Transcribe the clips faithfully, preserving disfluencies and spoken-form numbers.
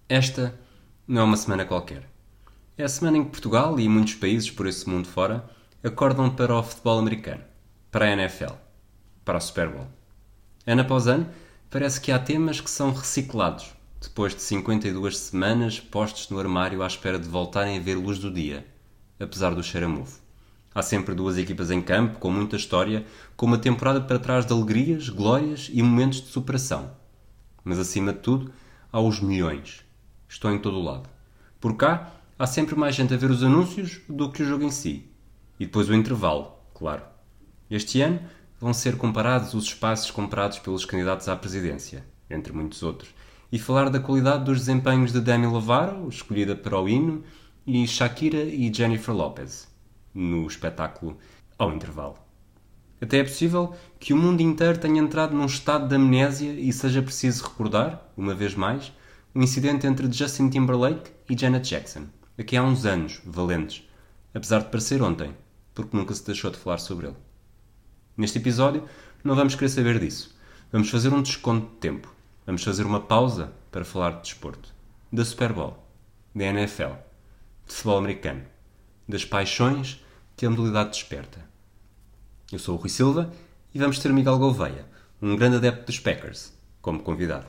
Esta não é uma semana qualquer. É a semana em que Portugal e muitos países por esse mundo fora acordam para o futebol americano, para a N F L, para a Super Bowl. Ano após ano, parece que há temas que são reciclados, depois de cinquenta e duas semanas postos no armário à espera de voltarem a ver luz do dia, apesar do xaramuvo. Há sempre duas equipas em campo, com muita história, com uma temporada para trás de alegrias, glórias e momentos de superação. Mas acima de tudo, há os milhões. Estão em todo o lado. Por cá, há sempre mais gente a ver os anúncios do que o jogo em si. E depois o intervalo, claro. Este ano vão ser comparados os espaços comprados pelos candidatos à presidência, entre muitos outros, e falar da qualidade dos desempenhos de Demi Lovato, escolhida para o hino, e Shakira e Jennifer Lopez, no espetáculo ao intervalo. Até é possível que o mundo inteiro tenha entrado num estado de amnésia e seja preciso recordar, uma vez mais, o incidente entre Justin Timberlake e Janet Jackson, aqui há uns anos, valentes, apesar de parecer ontem, porque nunca se deixou de falar sobre ele. Neste episódio, não vamos querer saber disso. Vamos fazer um desconto de tempo. Vamos fazer uma pausa para falar de desporto. Da Super Bowl, da N F L, de futebol americano, das paixões que a modalidade desperta. Eu sou o Rui Silva e vamos ter o Miguel Gouveia, um grande adepto dos Packers, como convidado.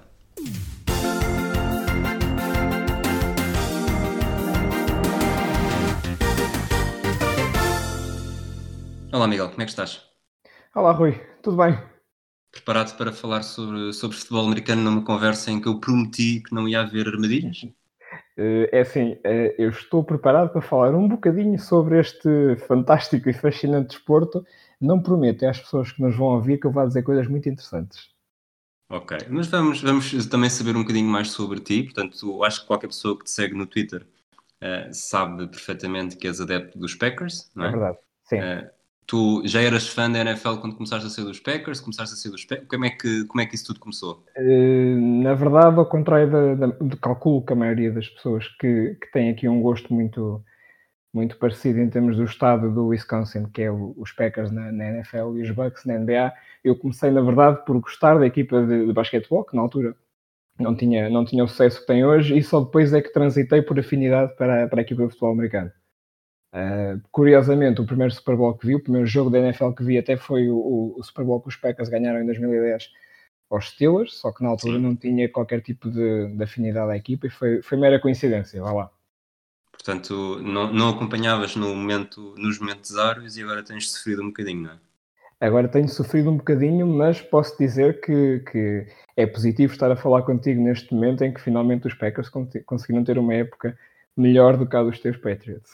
Olá Miguel, como é que estás? Olá, Rui. Tudo bem? Preparado para falar sobre, sobre futebol americano numa conversa em que eu prometi que não ia haver armadilhas? Eh, É assim, eh, eu estou preparado para falar um bocadinho sobre este fantástico e fascinante desporto. Não prometo às pessoas que nos vão ouvir que eu vá dizer coisas muito interessantes. Ok, mas vamos, vamos também saber um bocadinho mais sobre ti. Portanto, eu acho que qualquer pessoa que te segue no Twitter eh, sabe perfeitamente que és adepto dos Packers, não É é? verdade, sim. Eh, Tu já eras fã da N F L quando começaste a ser dos Packers? Começaste a ser dos Packers? Como é que, como é que isso tudo começou? Eh, Na verdade, ao contrário da, da, do calculo que a maioria das pessoas que, que têm aqui um gosto muito, muito parecido em termos do estado do Wisconsin, que é o- os Packers na, na N F L e os Bucks na N B A, eu comecei, na verdade, por gostar da equipa de, de basquetebol, que na altura não tinha, não tinha o sucesso que tem hoje, e só depois é que transitei por afinidade para, para a equipa de futebol americano. Uh, curiosamente, o primeiro Super Bowl que vi, o primeiro jogo da N F L que vi até foi o, o Super Bowl que os Packers ganharam em dois mil e dez aos Steelers, só que na altura Sim. não tinha qualquer tipo de, de afinidade à equipa e foi, foi mera coincidência, vá lá. Portanto, não, não acompanhavas no momento, nos momentos áureos e agora tens sofrido um bocadinho, não é? Agora tenho sofrido um bocadinho, mas posso dizer que, que é positivo estar a falar contigo neste momento em que finalmente os Packers conseguiram ter uma época melhor do que a dos teus Patriots.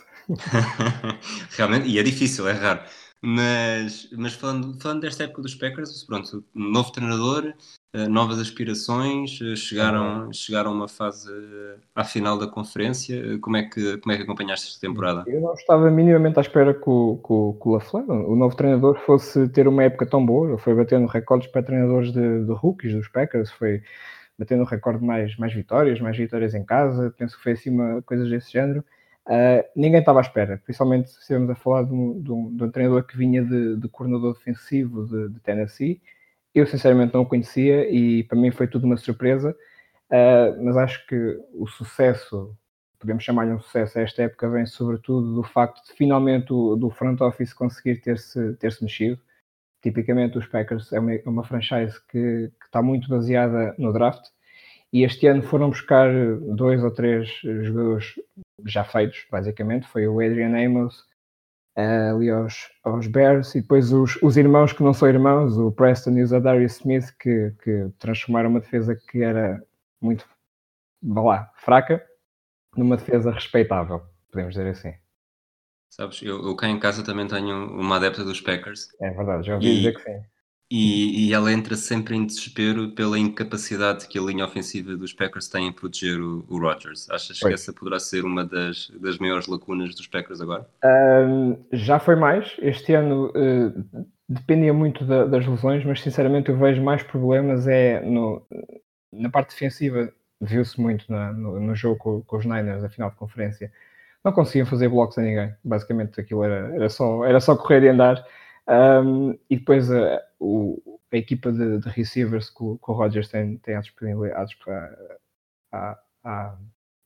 Realmente, e é difícil, é raro. Mas, mas falando, falando desta época dos Packers, pronto, novo treinador, eh, novas aspirações, eh, É verdade. chegaram, chegaram a uma fase eh, à final da conferência. Eh, Como é que, como é que acompanhaste esta temporada? Eu não estava minimamente à espera que o, que o, que o LaFleur, o novo treinador, fosse ter uma época tão boa. Ele foi batendo recordes para treinadores de, de rookies dos Packers, foi batendo o recorde de mais, mais vitórias, mais vitórias em casa. Penso que foi acima coisas desse género. Uh, ninguém estava à espera, principalmente se estivermos a falar de um, de um, de um treinador que vinha de, de coordenador defensivo de, de Tennessee. Eu, sinceramente, não o conhecia e para mim foi tudo uma surpresa. Uh, mas acho que o sucesso, podemos chamar-lhe um sucesso a esta época, vem sobretudo do facto de finalmente o, do front office conseguir ter-se, ter-se mexido. Tipicamente os Packers é uma, é uma franchise que, que está muito baseada no draft e este ano foram buscar dois ou três jogadores já feitos, basicamente. Foi o Adrian Amos uh, ali aos, aos Bears e depois os, os irmãos que não são irmãos, o Preston e o Zadarius Smith, que, que transformaram uma defesa que era muito, vá lá, fraca, numa defesa respeitável, podemos dizer assim. Sabes, eu, eu cá em casa também tenho uma adepta dos Packers É verdade, já ouvi dizer e, que sim. e, e ela entra sempre em desespero pela incapacidade que a linha ofensiva dos Packers tem em proteger o, o Rodgers. Achas que Pois. essa poderá ser uma das, das maiores lacunas dos Packers agora? Um, já foi mais. Este ano uh, dependia muito da, das lesões, mas sinceramente eu vejo mais problemas é no, na parte defensiva. Viu-se muito na, no, no, jogo com, com os Niners, a final de conferência. Não conseguiam fazer blocos a ninguém. Basicamente aquilo era, era, só, era só correr e andar. Um, e depois a, o, a equipa de, de receivers que o, que o Rodgers tem, tem à disponibilidade, à, à,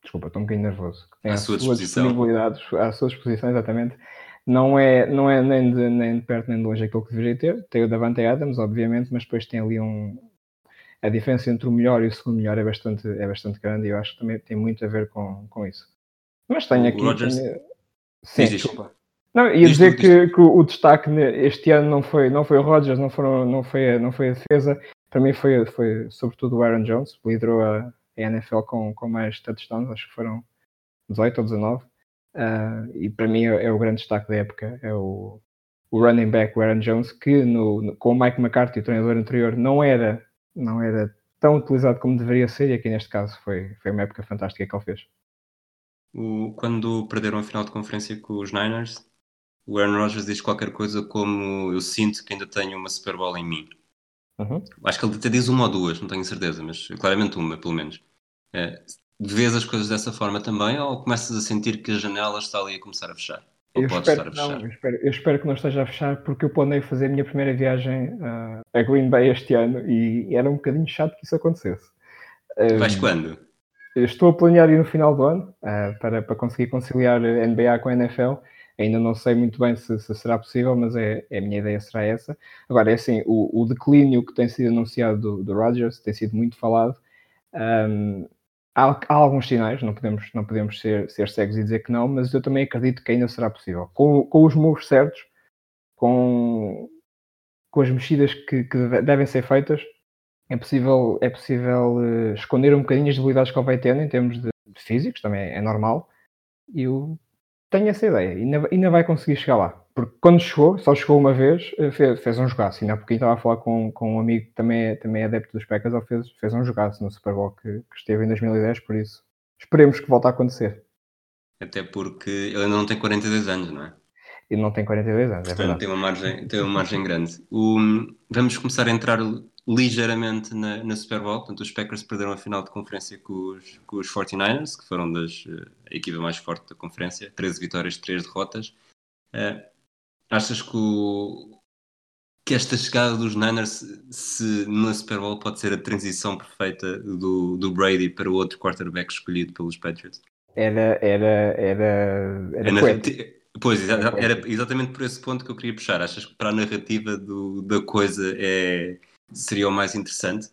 desculpa, estou um bocadinho nervoso, que tem À a sua sua disposição. disponibilidade, à sua disposição, exatamente, não é, não é nem, de, nem de perto nem de longe aquilo que deveria ter. Tem o Davante Adams, obviamente, mas depois tem ali um... A diferença entre o melhor e o segundo melhor é bastante, é bastante grande, e eu acho que também tem muito a ver com, com isso. Mas tenho O, o aqui... Rodgers... Tenho... Sim, Diz, diz. desculpa. Não, ia Diz dizer tu, diz tu. que, que o destaque este ano não foi, não foi o Rodgers, não, foram, não, foi, não foi a defesa. Para mim foi, foi sobretudo o Aaron Jones, que liderou a, a N F L com, com mais touchdowns, acho que foram dezoito ou dezanove. Uh, e para mim é, é o grande destaque da época, é o, o running back, o Aaron Jones, que no, no, com o Mike McCarthy, o treinador anterior, não era, não era tão utilizado como deveria ser, e aqui neste caso foi, foi uma época fantástica que ele fez. O, quando perderam a final de conferência com os Niners, o Aaron Rodgers diz qualquer coisa como: eu sinto que ainda tenho uma Super Bowl em mim. Uhum. Acho que ele até diz uma ou duas, não tenho certeza, mas claramente uma, pelo menos. É, vês as coisas dessa forma também, ou começas a sentir que a janela está ali a começar a fechar? Ou Eu pode espero estar a que não, fechar? eu espero, eu espero que não esteja a fechar, porque eu planei fazer a minha primeira viagem uh, a Green Bay este ano e era um bocadinho chato que isso acontecesse. Vais Um, quando? estou a planear ir no final do ano uh, para, para conseguir conciliar N B A com a N F L. Ainda não sei muito bem se, se será possível, mas é, é a minha ideia será essa. Agora, é assim, o, o declínio que tem sido anunciado do, do Rodgers tem sido muito falado. Um, há, há alguns sinais, não podemos, não podemos ser, ser cegos e dizer que não, mas eu também acredito que ainda será possível. Com, com os moves certos, com, com as mexidas que, que devem ser feitas, é possível, é possível uh, esconder um bocadinho as debilidades que ele vai tendo em termos de, de físicos, também é, é normal, e eu tenho essa ideia, ainda, ainda vai conseguir chegar lá. Porque quando chegou, só chegou uma vez, fez, fez um jogaço. Ainda há pouquinho estava a falar com, com um amigo que também é, também é adepto dos Packers, ele fez, fez um jogaço no Super Bowl que, que esteve em dois mil e dez, por isso esperemos que volte a acontecer. Até porque ele ainda não tem quarenta e dois anos, não é? E não tem quarenta e dois anos, é Portanto, verdade. tem uma margem, tem uma margem grande. O, vamos começar a entrar ligeiramente na, na Super Bowl. Portanto, os Packers perderam a final de conferência com os, com os quarenta e nove ers, que foram das, a equipa mais forte da conferência. treze vitórias, três derrotas. Uh, achas que, o, que esta chegada dos Niners, se na Super Bowl, pode ser a transição perfeita do, do Brady para o outro quarterback escolhido pelos Patriots? Era, era, era, era poético. Pois, Era, era poético. exatamente por esse ponto que eu queria puxar. Achas que para a narrativa do, da coisa é, seria o mais interessante?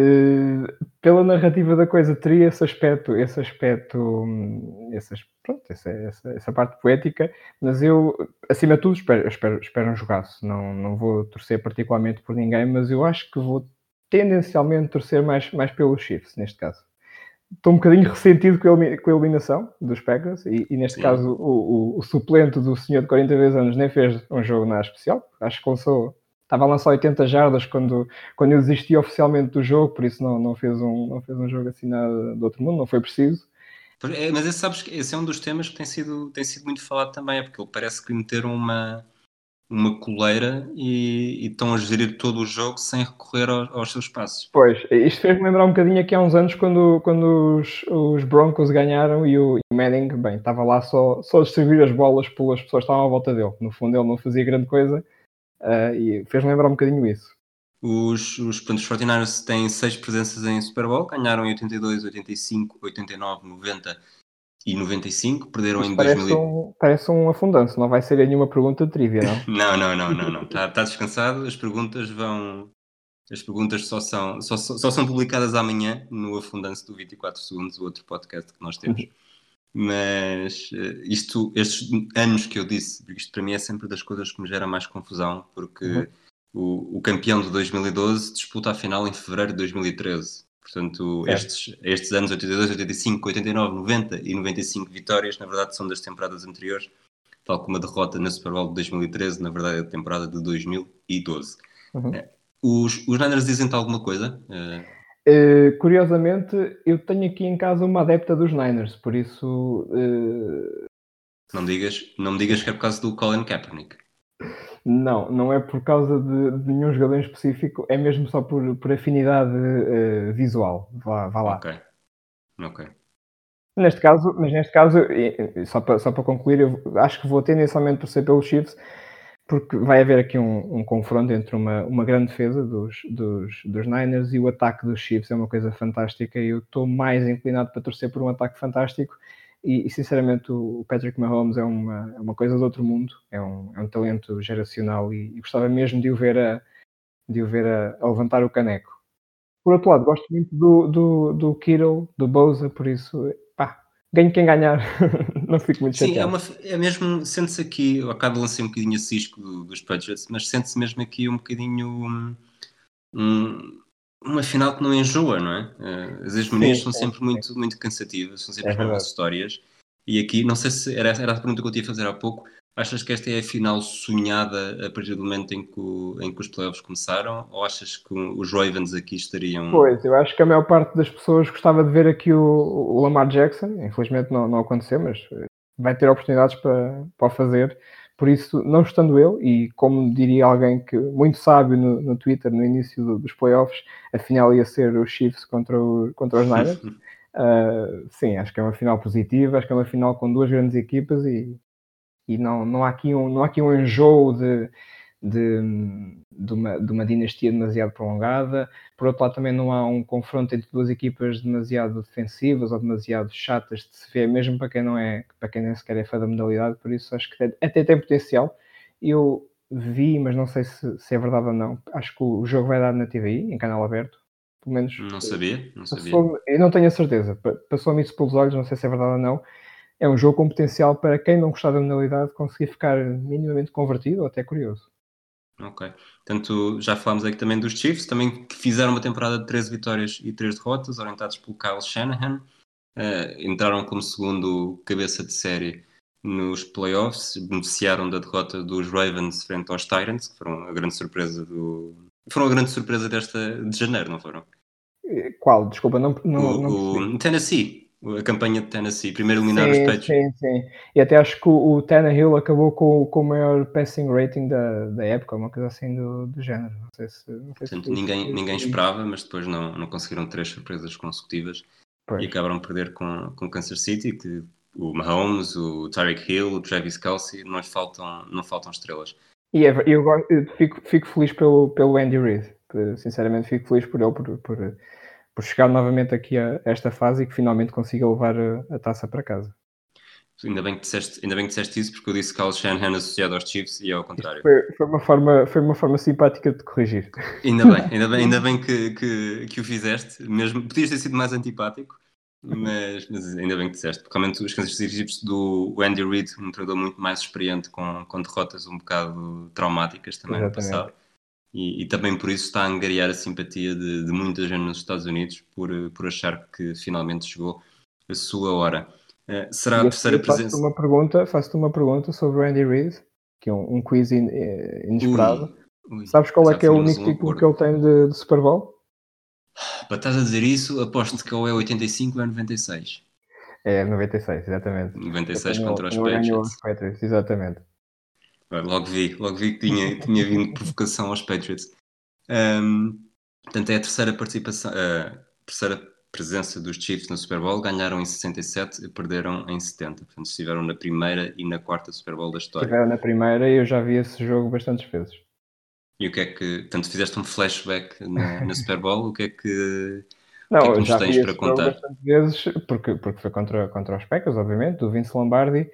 Uh, pela narrativa da coisa, teria esse aspecto, esse aspecto, esse, pronto, essa, essa, essa parte poética, mas eu, acima de tudo, espero, espero, espero um jogaço. Não, não vou torcer particularmente por ninguém, mas eu acho que vou tendencialmente torcer mais, mais pelos Chiefs, neste caso. Estou um bocadinho ressentido com a, com a eliminação dos Packers e, e neste Sim. caso o, o, o suplente do senhor de quarenta e dois anos nem fez um jogo nada especial. Acho que começou, estava a lançar oitenta jardas quando, quando eu desisti oficialmente do jogo, por isso não, não, fez um, não fez um jogo assim nada do outro mundo, não foi preciso. É, mas esse, sabes que esse é um dos temas que tem sido, tem sido muito falado também, é porque ele parece que lhe meteram uma, uma coleira e, e estão a gerir todo o jogo sem recorrer aos, aos seus passos. Pois, isto fez-me lembrar um bocadinho aqui há uns anos quando, quando os, os Broncos ganharam e o, e o Manning, bem, estava lá só, só a distribuir as bolas pelas pessoas que estavam à volta dele. No fundo ele não fazia grande coisa uh, e fez-me lembrar um bocadinho isso. Os, os, portanto, os quarenta e nove ers têm seis presenças em Super Bowl, ganharam em oitenta e dois, oitenta e cinco, oitenta e nove, noventa e noventa e cinco, perderam Isto em parece dois mil. um, parece um afundanço, não vai ser nenhuma pergunta de trivia, não? não, não, não, não, não. Está tá descansado, as perguntas vão... As perguntas só são, só, só são publicadas amanhã no Afundance do vinte e quatro segundos, o outro podcast que nós temos. Mas isto, estes anos que eu disse, isto para mim é sempre das coisas que me gera mais confusão, porque uhum. o, o campeão de dois mil e doze disputa a final em fevereiro de dois mil e treze. Portanto, estes, estes anos oitenta e dois, oitenta e cinco, oitenta e nove, noventa e noventa e cinco vitórias, na verdade são das temporadas anteriores, tal como a derrota na Super Bowl de dois mil e treze, na verdade é da temporada de dois mil e doze. Uhum. Os, os Niners dizem-te alguma coisa? Uh... Uh, curiosamente, eu tenho aqui em casa uma adepta dos Niners, por isso... Uh... Não, digas, não me digas que é por causa do Colin Kaepernick. Não, não é por causa de, de nenhum jogador em específico, é mesmo só por, por afinidade uh, visual. Vá, vá lá. Ok, ok. Neste caso, mas neste caso, só para, só para concluir, eu acho que vou tendencialmente torcer pelos Chiefs, porque vai haver aqui um, um confronto entre uma, uma grande defesa dos, dos, dos Niners e o ataque dos Chiefs. É uma coisa fantástica e eu estou mais inclinado para torcer por um ataque fantástico. E, e sinceramente, o Patrick Mahomes é uma, é uma coisa de outro mundo, é um, é um talento geracional e, e gostava mesmo de o ver, a, de o ver a, a levantar o caneco. Por outro lado, gosto muito do, do, do Kittle, do Bosa, por isso, pá, ganho quem ganhar, não fico muito Sim, é, chateado. uma, é mesmo, sente-se aqui, eu acabo de lançar um bocadinho a cisco do- dos Patriots, mas sente-se mesmo aqui um bocadinho hum, um- uma final que não enjoa, não é? Eh, As Sim, hegemonias são sim, sempre sim, muito, muito cansativas, são sempre é as mesmas verdade. histórias. E aqui, não sei se era, era a pergunta que eu tinha a fazer há pouco, achas que esta é a final sonhada a partir do momento em que, o- em que os playoffs começaram? Ou achas que os Ravens aqui estariam... Pois, eu acho que a maior parte das pessoas gostava de ver aqui o, o Lamar Jackson, infelizmente não, não aconteceu, mas eh, vai ter oportunidades para, para o fazer. Por isso, não estando eu, e como diria alguém que muito sábio no, no Twitter no início do, dos playoffs, afinal ia ser os Chiefs contra, o, contra os Niners. Uh, sim, acho que é uma final positiva, acho que é uma final com duas grandes equipas e, e não, não, há aqui um, não há aqui um enjoo de, de, de, uma, de uma dinastia demasiado prolongada. Por outro lado, também não há um confronto entre duas equipas demasiado defensivas ou demasiado chatas de se ver, mesmo para quem não é, para quem nem sequer é fã da modalidade. Por isso, acho que até tem potencial. Eu vi, mas não sei se, se é verdade ou não. Acho que o jogo vai dar na T V I, em canal aberto. Pelo menos Não sabia, não sabia. passou, eu não tenho a certeza, passou-me isso pelos olhos, não sei se é verdade ou não. É um jogo com potencial para quem não gostar da modalidade conseguir ficar minimamente convertido ou até curioso. Ok. Portanto, já falámos aqui também dos Chiefs, também que fizeram uma temporada de treze vitórias e três derrotas, orientados pelo Kyle Shanahan. Uh, entraram como segundo cabeça de série nos playoffs, beneficiaram da derrota dos Ravens frente aos Titans, que foram a grande surpresa do... Foram a grande surpresa desta de janeiro, não foram? Qual? Desculpa, não, não, não O, percebi. o Tennessee, a campanha de Tennessee, primeiro eliminar os Sim, Patriots. sim, sim. E até acho que o, o Tannehill acabou com, com o maior passing rating da, da época, uma coisa assim do, do género. Não sei se, não sei se Portanto, foi isso ninguém, que ninguém que vi. esperava, mas depois não, não conseguiram três surpresas consecutivas e Pois. acabaram por perder com, com Kansas City, que o Mahomes, o Tyreek Hill, o Travis Kelce, não faltam, não faltam estrelas. E é, eu, gosto- eu fico, fico feliz pelo, pelo Andy Reid. Sinceramente, fico feliz por ele, por, por, por chegar novamente aqui a esta fase e que finalmente consiga levar a, a taça para casa. Ainda bem que disseste, ainda bem que disseste isso, porque eu disse Kyle Shanahan associado aos Chiefs e é ao Isto contrário. foi, foi, uma forma, foi uma forma simpática de te corrigir. Ainda bem, ainda bem, ainda bem que, que, que o fizeste, mesmo podias ter sido mais antipático, mas, mas ainda bem que disseste, porque realmente os Kansas City Chiefs do Andy Reid, um treinador muito mais experiente com, com derrotas um bocado traumáticas também no Exatamente. passado, e, e também por isso está a angariar a simpatia de, de muita gente nos Estados Unidos por, por achar que finalmente chegou a sua hora. Uh, será a E a terceira seguir faço-te presença? uma pergunta, faço-te uma pergunta sobre o Andy Reid, que é um, um quiz in, eh, inesperado. Ui, ui, Sabes qual é já que é o tínhamos único um título que acordo. ele tem de, de Super Bowl? Para estás a dizer isso, aposto que ou é oitenta e cinco ou é noventa e seis. É noventa e seis, exatamente. noventa e Eu seis tenho, contra os ele ganhou os Patriots. Patriots, exatamente. Logo vi, logo vi que tinha, tinha vindo provocação aos Patriots. Um, portanto, é a terceira participação, a terceira presença dos Chiefs no Super Bowl. Ganharam em sessenta e sete e perderam em setenta. Portanto, estiveram na primeira e na quarta Super Bowl da história. Estiveram na primeira e eu já vi esse jogo bastantes vezes. E o que é que, portanto, fizeste um flashback na, na Super Bowl? O que é que, o que é Não, que eu nos já tens vi para esse jogo contar? bastantes vezes, porque, porque foi contra, contra os Packers, obviamente, do Vince Lombardi,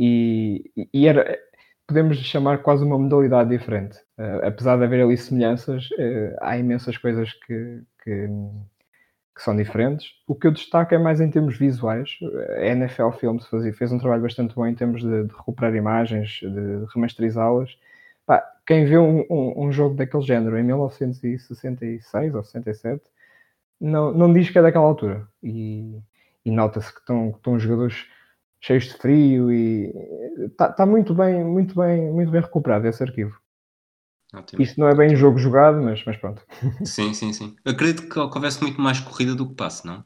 e, e era, podemos chamar quase uma modalidade diferente. Uh, apesar de haver ali semelhanças, uh, há imensas coisas que, que, que são diferentes. O que eu destaco é mais em termos visuais. A N F L Films fez, fez um trabalho bastante bom em termos de, de recuperar imagens, de remasterizá-las. Pá, quem vê um, um, um jogo daquele género em mil novecentos e sessenta e seis ou sessenta e sete não, não diz que é daquela altura. E, e nota-se que estão, que estão os jogadores cheios de frio e está tá muito bem, muito bem, muito bem recuperado esse arquivo. Ótimo, Isto não é bem ótimo. jogo jogado, mas, mas pronto. Sim, sim, sim. Acredito que houvesse muito mais corrida do que passe, não?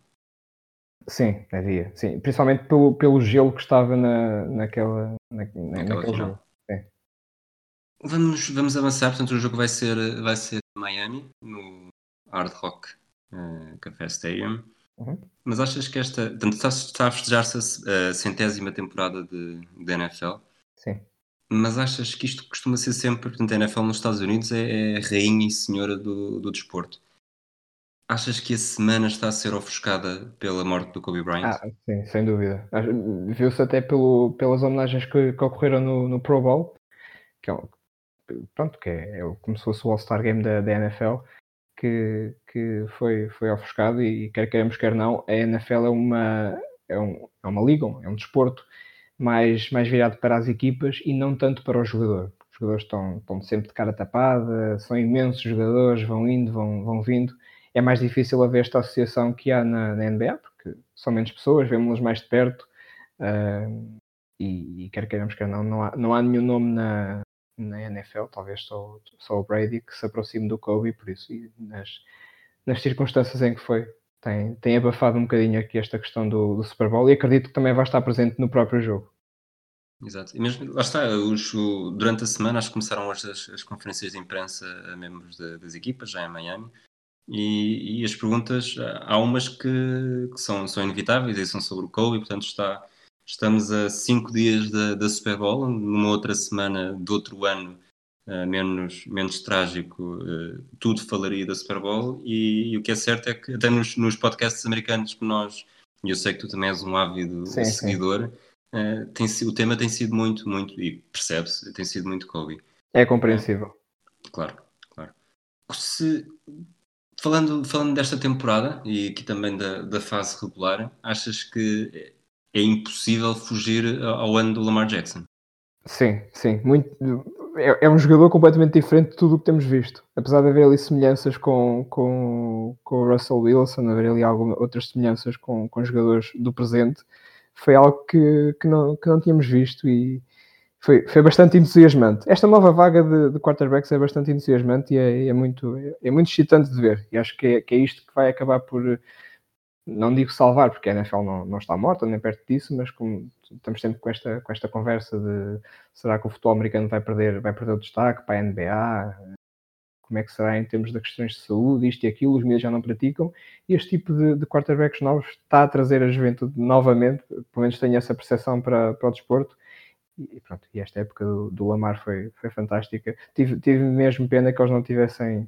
Sim, havia. Sim. Principalmente pelo, pelo gelo que estava na, naquela, na, na- Naquela naquele final. jogo. Sim. Vamos, vamos avançar, portanto o jogo vai ser, vai ser em Miami, no Hard Rock eh, Café Stadium. Uhum. Mas achas que esta, portanto está, está a festejar-se a, a centésima temporada de, de N F L? Sim. Mas achas que isto costuma ser sempre, portanto, a N F L nos Estados Unidos é, é rainha e senhora do, do desporto. Achas que a semana está a ser ofuscada pela morte do Kobe Bryant? Ah, sim, sem dúvida. Acho- Viu-se até pelo, pelas homenagens que, que ocorreram no, no Pro Bowl, que é, um- pronto, que é, é como se fosse o All-Star Game da, da N F L, que, que foi, foi ofuscado e quer queremos, quer não, a N F L é uma, é, um, é uma liga, é um desporto mais, mais virado para as equipas e não tanto para o jogador. Os jogadores estão, estão sempre de cara tapada, são imensos jogadores, vão indo, vão, vão vindo. É mais difícil haver esta associação que há na, na N B A, porque são menos pessoas, vemos-las mais de perto, uh, e, e quer queiramos, quer não, não há, não há nenhum nome na, na N F L, talvez só, só o Brady, que se aproxime do Kobe, por isso, e nas, nas circunstâncias em que foi, tem, tem abafado um bocadinho aqui esta questão do, do Super Bowl e acredito que também vai estar presente no próprio jogo. Exato. E mesmo, lá está, os, o- durante a semana acho que começaram as, as, as conferências de imprensa a membros de- das equipas, já em Miami, e, e as perguntas, há umas que, que são, são inevitáveis e são sobre o Kobe, portanto está, estamos a cinco dias da, da Super Bowl, numa outra semana de outro ano uh, menos, menos trágico, uh, tudo falaria da Super Bowl, e, e o que é certo é que até nos, nos podcasts americanos que nós, e eu sei que tu também és um ávido Sim, sim. seguidor, uh, tem, o tema tem sido muito, muito, e percebe-se, tem sido muito Kobe. É Uh, compreensível. claro, claro. Se, Falando, falando desta temporada e aqui também da, da fase regular, achas que é impossível fugir ao ano do Lamar Jackson? Sim, sim. Muito, é, é um jogador completamente diferente de tudo o que temos visto. Apesar de haver ali semelhanças com, com, com o Russell Wilson, haver ali algumas outras semelhanças com, com jogadores do presente, foi algo que, que, não, que não tínhamos visto e foi, foi bastante entusiasmante. Esta nova vaga de, de quarterbacks é bastante entusiasmante e é, é, muito, é muito excitante de ver. E acho que é, que é isto que vai acabar por, não digo salvar, porque a N F L não, não está morta, nem perto disso, mas como estamos sempre com esta, com esta conversa de será que o futebol americano vai perder, vai perder o destaque para a N B A? Como é que será em termos de questões de saúde, isto e aquilo, os mídias já não praticam, e este tipo de, de quarterbacks novos está a trazer a juventude novamente, pelo menos tenho essa percepção para, para o desporto, e pronto, e esta época do, do Lamar foi, foi fantástica. Tive, tive mesmo pena que eles não tivessem,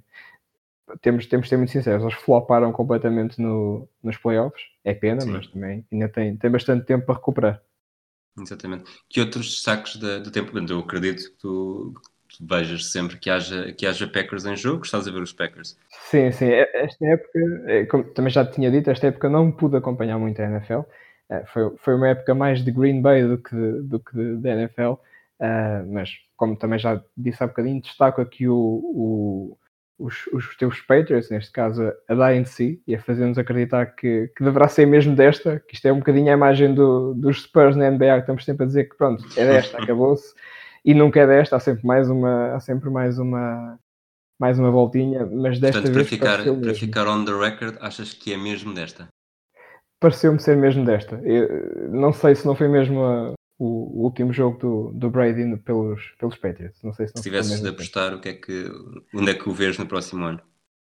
temos, temos de ser muito sinceros, eles floparam completamente no, nos playoffs, é pena, Sim, mas também ainda tem, tem bastante tempo para recuperar. exatamente. Que outros destaques da- do tempo? Eu acredito que tu, que tu vejas sempre que haja, que haja Packers em jogo, estás a ver os Packers. Sim, sim, esta época, como também já te tinha dito, esta época não pude acompanhar muito a N F L, foi, foi uma época mais de Green Bay do que, do que da N F L, mas como também já disse há bocadinho, destaco aqui o, o os, os teus Patriots, neste caso a dar em si, e a fazer-nos acreditar que, que deverá ser mesmo desta, que isto é um bocadinho a imagem do, dos Spurs na N B A, que estamos sempre a dizer que pronto, é desta, acabou-se, e nunca é desta, há sempre mais uma, há sempre mais uma, mais uma voltinha, mas desta Portanto, para vez pareceu ficar, para mesmo. ficar on the record, achas que é mesmo desta? Pareceu-me ser mesmo desta. Eu, não sei se não foi mesmo a, o, o último jogo do, do Brady pelos, pelos Patriots. Não sei se Se não ficou tivesses de mesmo assim. apostar, o que é que, onde é que o vês no próximo ano?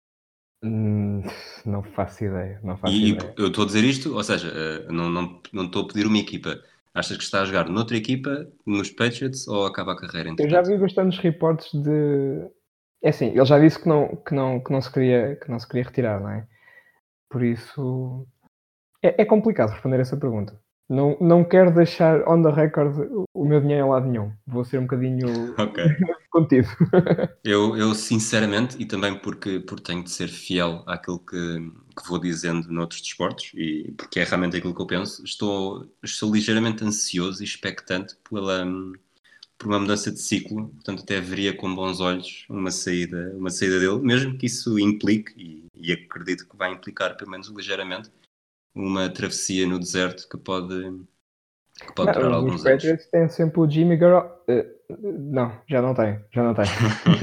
Hum, não faço ideia, não faço E, e ideia. eu estou a dizer isto, ou seja, eh, não, não, não estou a pedir uma equipa. Achas que está a jogar noutra equipa, nos Patriots, ou acaba a carreira, Eu já entretanto? vi bastantes reportes de. É assim, ele já disse que não, que não, que não, se, queria, que não se queria retirar, não é? Por isso. É, é complicado responder essa pergunta. Não, não quero deixar on the record o meu dinheiro em lado nenhum. Vou ser um bocadinho Ok. contido. Eu, eu sinceramente, e também porque, porque tenho de ser fiel àquilo que, que vou dizendo noutros desportos, e porque é realmente aquilo que eu penso, estou, estou ligeiramente ansioso e expectante pela, por uma mudança de ciclo, portanto até veria com bons olhos uma saída, uma saída dele, mesmo que isso implique, e, e acredito que vai implicar pelo menos ligeiramente, uma travessia no deserto que pode, que pode durar Não, os alguns anos. Patriots têm sempre o Jimmy Garoppolo. Uh, não, já não tem, já não tem.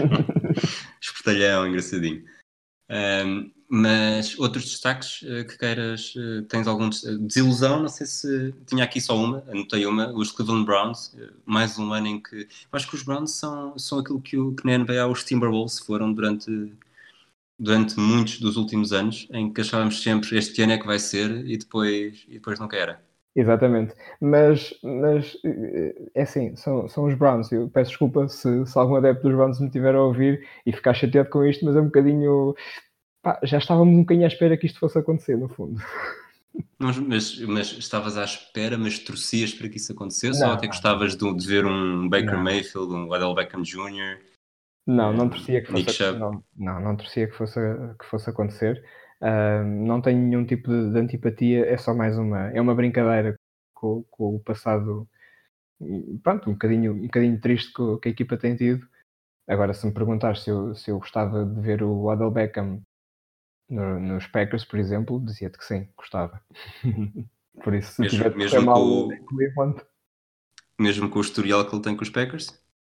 Espertalhão, engraçadinho. Um, mas outros destaques uh, que queiras, uh, tens algum des- desilusão? Não sei se tinha aqui só uma, anotei uma, os Cleveland Browns, uh, mais um ano em que eu acho que os Browns são, são aquilo que, o, que na N B A os Timberwolves foram durante, durante muitos dos últimos anos, em que achávamos sempre este ano é que vai ser e depois, e depois nunca era. Exatamente. Mas, mas é assim, são, são os Browns. Eu peço desculpa se, se algum adepto dos Browns me tiver a ouvir e ficar chateado com isto, mas é um bocadinho. Pá, já estávamos um bocadinho à espera que isto fosse acontecer, no fundo. Mas, mas, mas estavas à espera, mas torcias para que isso acontecesse? Ou Não, até não, gostavas de, de ver um Baker não. Mayfield, um Odell Beckham júnior, Não, não um, torcia que Nick fosse, Chubb? não, não, não torcia que fosse, que fosse acontecer. Ah, não tenho nenhum tipo de, de antipatia, é só mais uma, é uma brincadeira com, com o passado, pronto, um bocadinho, um bocadinho triste que, que a equipa tem tido. Agora, se me perguntares se eu, se eu gostava de ver o Odell Beckham no, nos Packers, por exemplo, dizia-te que sim, gostava. Por isso, se Mesmo, tiver de correr mesmo, mal com, em Cleveland, mesmo com o historial que ele tem com os Packers?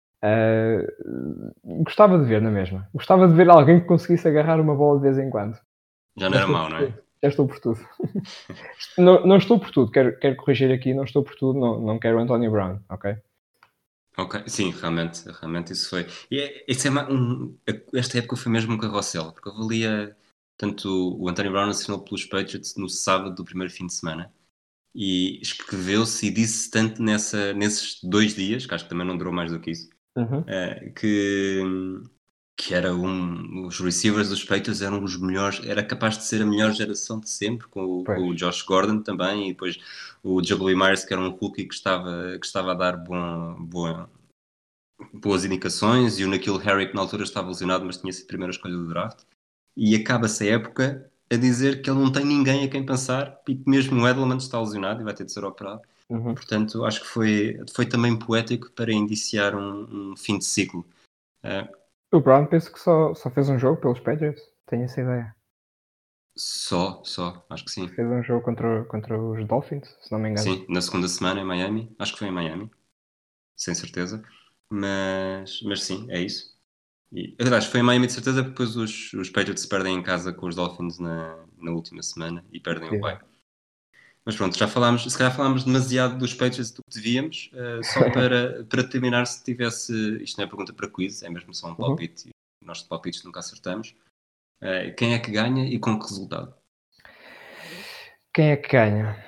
uh, gostava de ver na mesma. Gostava de ver alguém que conseguisse agarrar uma bola de vez em quando. Já não Já era estou mau, por não é? tudo. Já estou por tudo. não, não estou por tudo, quero, quero corrigir aqui, não estou por tudo, não, não quero Antonio Brown, ok? Ok, sim, realmente, realmente isso foi. E é, isso é ma- um, esta época foi mesmo um carrossel, porque eu valia tanto o Antonio Brown assinou pelos Patriots no sábado do primeiro fim de semana e escreveu-se e disse tanto nessa, nesses dois dias, que acho que também não durou mais do que isso, Uhum. eh, que, que era um, os receivers dos Patriots eram os melhores, era capaz de ser a melhor geração de sempre, com, o- com Pois. o Josh Gordon também, e depois o Jacoby Myers, que era um rookie que estava, que estava a dar bom, bom, boas indicações, e o N'Keal Harry, que na altura estava lesionado, mas tinha sido a primeira escolha do draft, e acaba-se a época a dizer que ele não tem ninguém a quem pensar, e que mesmo o Edelman está lesionado e vai ter de ser operado. E, Uhum. portanto, acho que foi, foi também poético para indiciar um, um fim de ciclo. Uh, O Brown penso que só, só fez um jogo pelos Patriots, tenho essa ideia. só, só, acho que sim. Fez um jogo contra, contra os Dolphins, se não me engano. Sim, na segunda semana em Miami, acho que foi em Miami, sem certeza. Mas, mas sim, é isso. E, aliás, foi em Miami de certeza, porque depois os, os Patriots perdem em casa com os Dolphins na, na última semana e perdem o bye. Exato. Mas pronto, já falámos, se calhar falámos demasiado dos Patriots do que devíamos. Uh, só para, para terminar, se tivesse, isto não é pergunta para quiz, é mesmo só um Uhum. palpite, nós de palpites nunca acertamos. Uh, quem é que ganha e com que resultado? Quem é que ganha?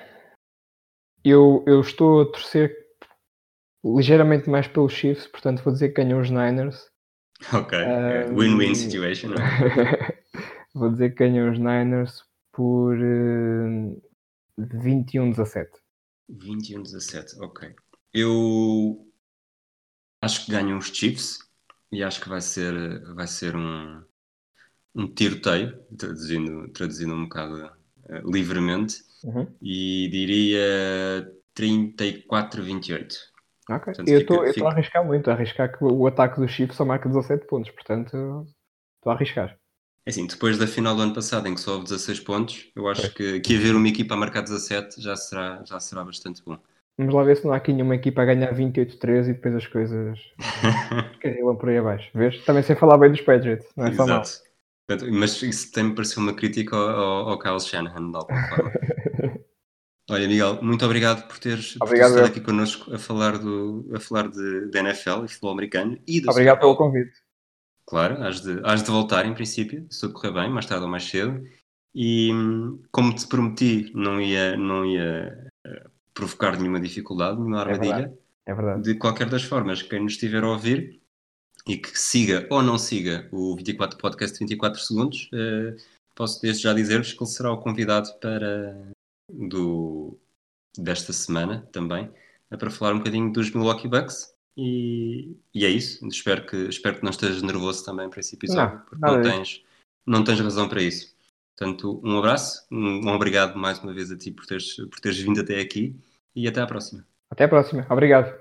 Eu, eu estou a torcer ligeiramente mais pelos Chiefs, portanto vou dizer que ganham os Niners. Ok, é win-win Um... situation, não é? vou dizer que ganham os Niners por uh, vinte e um a dezassete. vinte e um a dezassete, ok. Eu acho que ganham os Chiefs e acho que vai ser, vai ser um, um tiroteio, traduzindo, traduzindo um bocado uh, livremente, Uhum. e diria trinta e quatro a vinte e oito. Ok. Portanto, Eu fica, estou a fica... arriscar muito, a arriscar que o ataque dos Chiefs só marca dezassete pontos, portanto estou a arriscar. É assim, depois da final do ano passado em que só houve dezasseis pontos, eu acho Pois. que, que haver uma equipa a marcar dezassete já será, já será bastante bom. Vamos lá ver se não há aqui nenhuma equipa a ganhar vinte e oito a treze e depois as coisas carrilam por aí abaixo. Vês? Também sei falar bem dos Patriots, não é só mal. Exato. Portanto, mas isso tem-me parecido uma crítica ao, ao, ao Kyle Shanahan, de alguma forma. Olha, Miguel, muito obrigado por teres, por teres Obrigado, estado eu. aqui connosco a falar, do, a falar de, de N F L e futebol americano e da Super Obrigado pelo Bowl. convite. Claro, has de, has de voltar em princípio, se tudo correr bem, mais tarde ou mais cedo. E hum, como te prometi, não ia, não ia uh, provocar nenhuma dificuldade, nenhuma É verdade, armadilha. é verdade. De qualquer das formas, quem nos estiver a ouvir e que siga ou não siga o vinte e quatro Podcast vinte e quatro segundos, uh, posso desde já dizer-vos que ele será o convidado para do, desta semana também, é para falar um bocadinho dos Milwaukee Bucks. E, e é isso. Espero que, espero que não estejas nervoso também para esse Não, episódio, porque não nada disso. tens, não tens razão para isso. Portanto, um abraço, um, um obrigado mais uma vez a ti por teres, por teres vindo até aqui e até à próxima. Até a próxima. Obrigado.